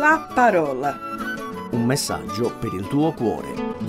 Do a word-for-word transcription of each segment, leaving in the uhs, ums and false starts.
La parola. Un messaggio per il tuo cuore.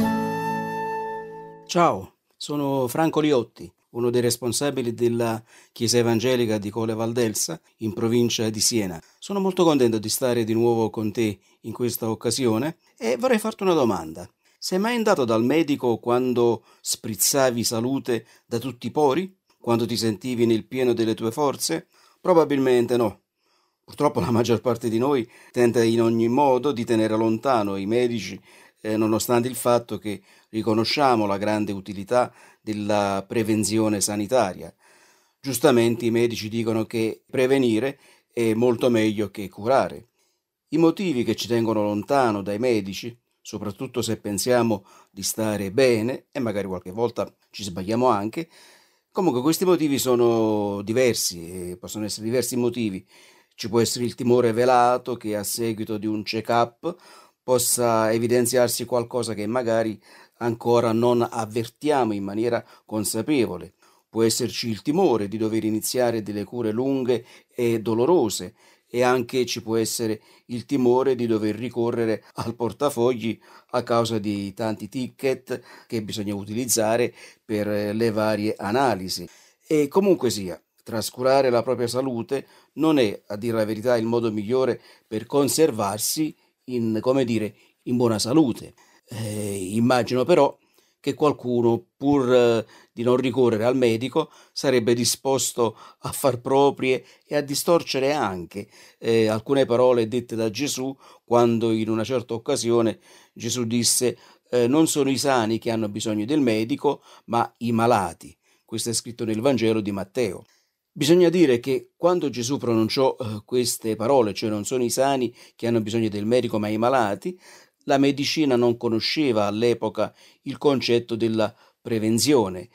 Ciao, sono Franco Liotti, uno dei responsabili della Chiesa Evangelica di Colle Valdelsa, in provincia di Siena. Sono molto contento di stare di nuovo con te in questa occasione e vorrei farti una domanda. Sei mai andato dal medico quando sprizzavi salute da tutti i pori? Quando ti sentivi nel pieno delle tue forze? Probabilmente no. Purtroppo la maggior parte di noi tenta in ogni modo di tenere lontano i medici, eh, nonostante il fatto che riconosciamo la grande utilità della prevenzione sanitaria. Giustamente i medici dicono che prevenire è molto meglio che curare. I motivi che ci tengono lontano dai medici, soprattutto se pensiamo di stare bene, e magari qualche volta ci sbagliamo anche, comunque questi motivi sono diversi, e possono essere diversi motivi. Ci può essere il timore velato che a seguito di un check-up possa evidenziarsi qualcosa che magari ancora non avvertiamo in maniera consapevole. Può esserci il timore di dover iniziare delle cure lunghe e dolorose e anche ci può essere il timore di dover ricorrere al portafogli a causa di tanti ticket che bisogna utilizzare per le varie analisi. E comunque sia, trascurare la propria salute non è, a dire la verità, il modo migliore per conservarsi in, come dire, in buona salute. Eh, immagino però che qualcuno, pur eh, di non ricorrere al medico, sarebbe disposto a far proprie e a distorcere anche eh, alcune parole dette da Gesù quando in una certa occasione Gesù disse eh, non sono i sani che hanno bisogno del medico, ma i malati. Questo è scritto nel Vangelo di Matteo. Bisogna dire che quando Gesù pronunciò eh, queste parole, cioè non sono i sani che hanno bisogno del medico ma i malati, la medicina non conosceva all'epoca il concetto della prevenzione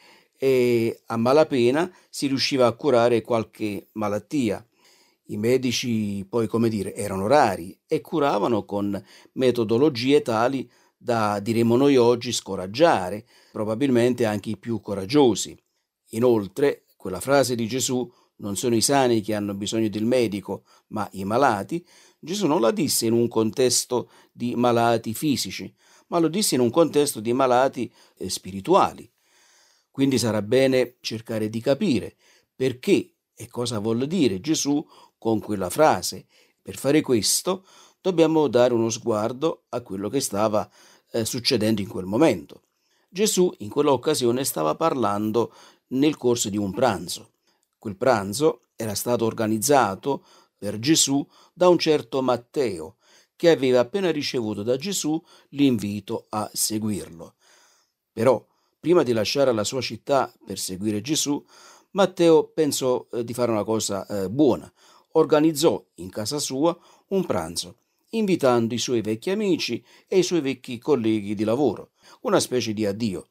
e a malapena si riusciva a curare qualche malattia. I medici poi, come dire, erano rari e curavano con metodologie tali da, diremo noi oggi, scoraggiare probabilmente anche i più coraggiosi. Inoltre, quella frase di Gesù, non sono i sani che hanno bisogno del medico, ma i malati, Gesù non la disse in un contesto di malati fisici, ma lo disse in un contesto di malati eh, spirituali. Quindi sarà bene cercare di capire perché e cosa vuol dire Gesù con quella frase. Per fare questo dobbiamo dare uno sguardo a quello che stava eh, succedendo in quel momento. Gesù in quell'occasione stava parlando nel corso di un pranzo. Quel pranzo era stato organizzato per Gesù da un certo Matteo, che aveva appena ricevuto da Gesù l'invito a seguirlo. Però, prima di lasciare la sua città per seguire Gesù, Matteo pensò eh, di fare una cosa eh, buona. Organizzò in casa sua un pranzo, invitando i suoi vecchi amici e i suoi vecchi colleghi di lavoro, una specie di addio.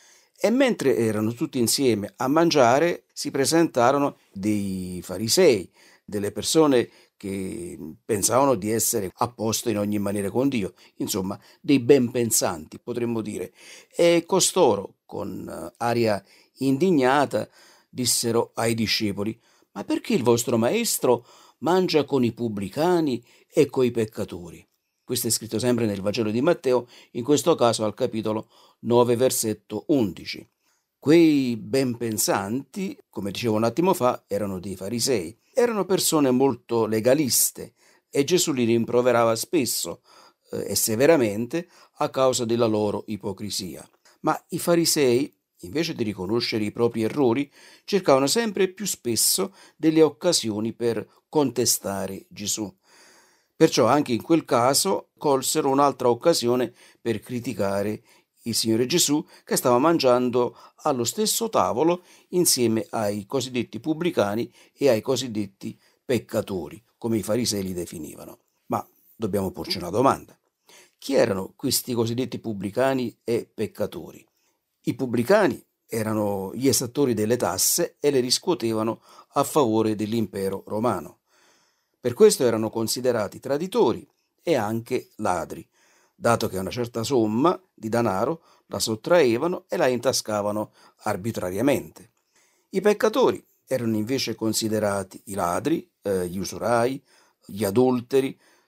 E mentre erano tutti insieme a mangiare, si presentarono dei farisei, delle persone che pensavano di essere a posto in ogni maniera con Dio, insomma, dei ben pensanti, potremmo dire. E costoro, con eh, aria indignata, dissero ai discepoli: «Ma perché il vostro maestro mangia con i pubblicani e coi peccatori?» Questo è scritto sempre nel Vangelo di Matteo, in questo caso al capitolo nove, versetto undici. Quei ben pensanti, come dicevo un attimo fa, erano dei farisei. Erano persone molto legaliste e Gesù li rimproverava spesso eh, e severamente a causa della loro ipocrisia. Ma i farisei, invece di riconoscere i propri errori, cercavano sempre più spesso delle occasioni per contestare Gesù. Perciò anche in quel caso colsero un'altra occasione per criticare il Signore Gesù, che stava mangiando allo stesso tavolo insieme ai cosiddetti pubblicani e ai cosiddetti peccatori, come i farisei li definivano. Ma dobbiamo porci una domanda. Chi erano questi cosiddetti pubblicani e peccatori? I pubblicani erano gli esattori delle tasse e le riscuotevano a favore dell'impero romano. Per questo erano considerati traditori e anche ladri, dato che una certa somma di denaro la sottraevano e la intascavano arbitrariamente. I peccatori erano invece considerati i ladri, eh, gli usurai, gli adulteri,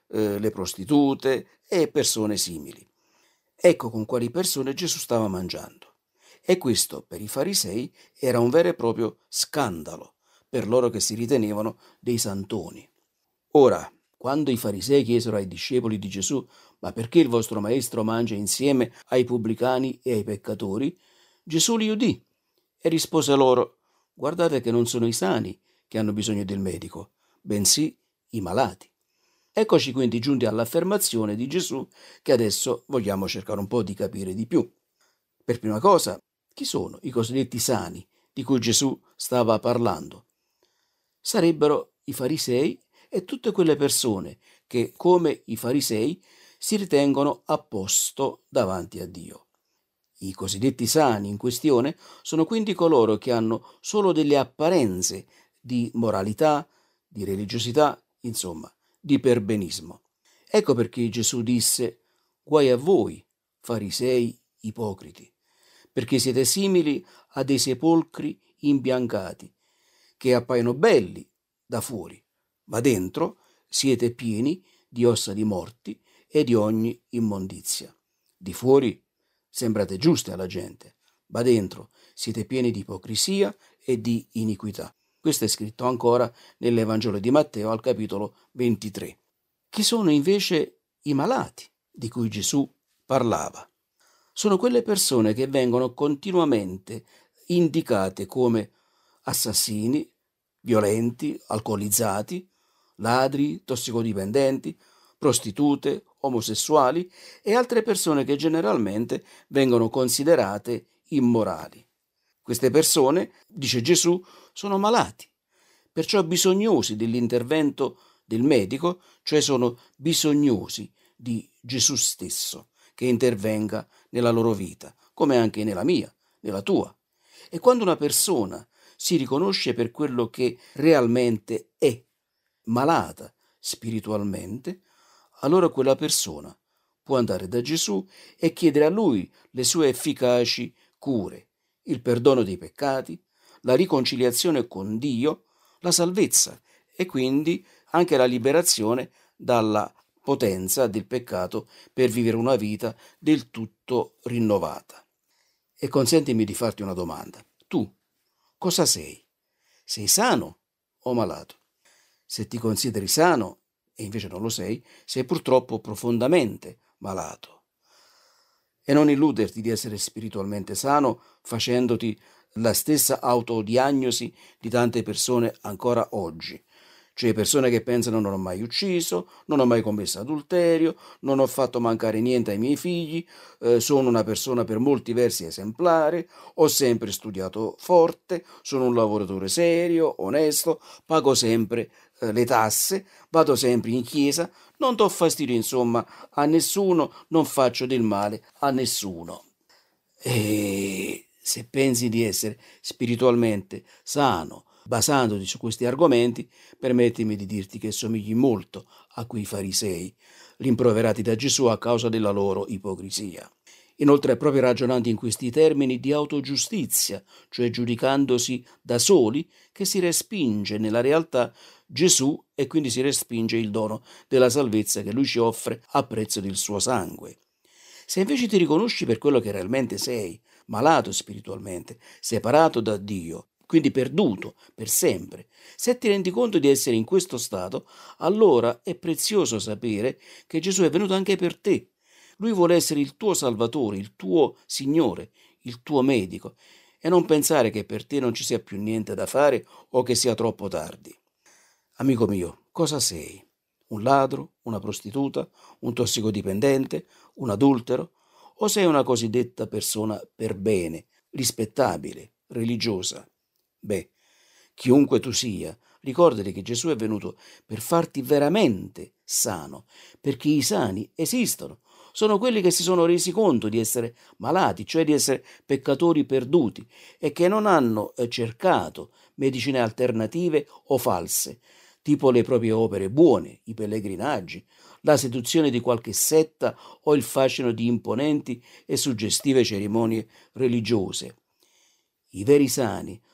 eh, le prostitute e persone simili. Ecco con quali persone Gesù stava mangiando. E questo per i farisei era un vero e proprio scandalo, per loro che si ritenevano dei santoni. Ora, quando i farisei chiesero ai discepoli di Gesù: ma perché il vostro maestro mangia insieme ai pubblicani e ai peccatori? Gesù li udì e rispose loro: guardate che non sono i sani che hanno bisogno del medico, bensì i malati. Eccoci quindi giunti all'affermazione di Gesù che adesso vogliamo cercare un po' di capire di più. Per prima cosa, chi sono i cosiddetti sani di cui Gesù stava parlando? Sarebbero i farisei e tutte quelle persone che, come i farisei, si ritengono a posto davanti a Dio. I cosiddetti sani in questione sono quindi coloro che hanno solo delle apparenze di moralità, di religiosità, insomma, di perbenismo. Ecco perché Gesù disse: guai a voi, farisei ipocriti, perché siete simili a dei sepolcri imbiancati, che appaiono belli da fuori, ma dentro siete pieni di ossa di morti e di ogni immondizia. Di fuori sembrate giusti alla gente, ma dentro siete pieni di ipocrisia e di iniquità. Questo è scritto ancora nell'Evangelo di Matteo al capitolo ventitré. Chi sono invece i malati di cui Gesù parlava? Sono quelle persone che vengono continuamente indicate come assassini, violenti, alcolizzati, ladri, tossicodipendenti, prostitute, omosessuali e altre persone che generalmente vengono considerate immorali. Queste persone, dice Gesù, sono malati, perciò bisognosi dell'intervento del medico, cioè sono bisognosi di Gesù stesso che intervenga nella loro vita, come anche nella mia, nella tua. E quando una persona si riconosce per quello che realmente è, malata spiritualmente, allora quella persona può andare da Gesù e chiedere a Lui le sue efficaci cure, il perdono dei peccati, la riconciliazione con Dio, la salvezza e quindi anche la liberazione dalla potenza del peccato per vivere una vita del tutto rinnovata. E consentimi di farti una domanda. Tu cosa sei? Sei sano o malato? Se ti consideri sano e invece non lo sei, sei purtroppo profondamente malato. E non illuderti di essere spiritualmente sano facendoti la stessa autodiagnosi di tante persone ancora oggi. Cioè persone che pensano: non ho mai ucciso, non ho mai commesso adulterio, non ho fatto mancare niente ai miei figli, eh, sono una persona per molti versi esemplare, ho sempre studiato forte, sono un lavoratore serio, onesto, pago sempre eh, le tasse, vado sempre in chiesa, non do fastidio insomma a nessuno, non faccio del male a nessuno. E se pensi di essere spiritualmente sano, basandoti su questi argomenti, permettimi di dirti che somigli molto a quei farisei, rimproverati da Gesù a causa della loro ipocrisia. Inoltre è proprio ragionando in questi termini di autogiustizia, cioè giudicandosi da soli, che si respinge nella realtà Gesù e quindi si respinge il dono della salvezza che Lui ci offre a prezzo del suo sangue. Se invece ti riconosci per quello che realmente sei, malato spiritualmente, separato da Dio, quindi perduto per sempre, se ti rendi conto di essere in questo stato, allora è prezioso sapere che Gesù è venuto anche per te. Lui vuole essere il tuo Salvatore, il tuo Signore, il tuo medico, e non pensare che per te non ci sia più niente da fare o che sia troppo tardi. Amico mio, cosa sei? Un ladro, una prostituta, un tossicodipendente, un adultero? O sei una cosiddetta persona per bene, rispettabile, religiosa? Beh, chiunque tu sia, ricordati che Gesù è venuto per farti veramente sano, perché i sani esistono. Sono quelli che si sono resi conto di essere malati, cioè di essere peccatori perduti e che non hanno cercato medicine alternative o false, tipo le proprie opere buone, i pellegrinaggi, la seduzione di qualche setta o il fascino di imponenti e suggestive cerimonie religiose. I veri sani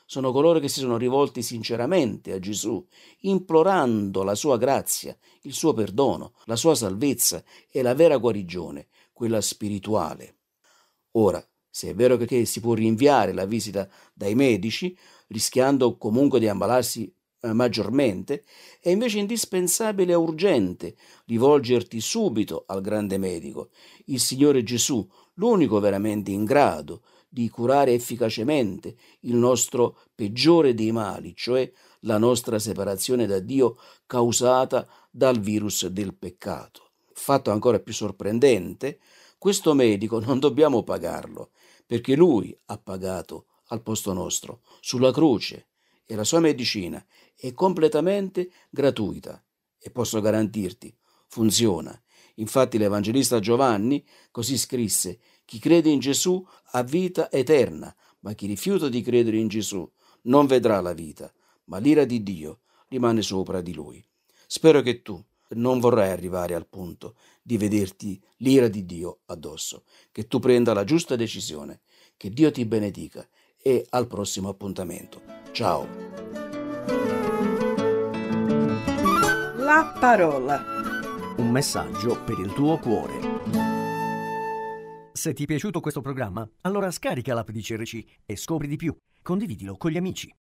sono coloro che si sono rivolti sinceramente a Gesù, implorando la sua grazia, il suo perdono, la sua salvezza e la vera guarigione, quella spirituale. Ora, se è vero che si può rinviare la visita dai medici, rischiando comunque di ammalarsi eh, maggiormente, è invece indispensabile e urgente rivolgerti subito al grande medico, il Signore Gesù, l'unico veramente in grado di curare efficacemente il nostro peggiore dei mali, cioè la nostra separazione da Dio causata dal virus del peccato. Fatto ancora più sorprendente, questo medico non dobbiamo pagarlo, perché lui ha pagato al posto nostro sulla croce e la sua medicina è completamente gratuita e posso garantirti, funziona. Infatti l'Evangelista Giovanni così scrisse: chi crede in Gesù ha vita eterna, ma chi rifiuta di credere in Gesù non vedrà la vita, ma l'ira di Dio rimane sopra di lui. Spero che tu non vorrai arrivare al punto di vederti l'ira di Dio addosso, che tu prenda la giusta decisione. Che Dio ti benedica e al prossimo appuntamento. Ciao. La parola. Un messaggio per il tuo cuore. Se ti è piaciuto questo programma, allora scarica l'app di C R C e scopri di più. Condividilo con gli amici.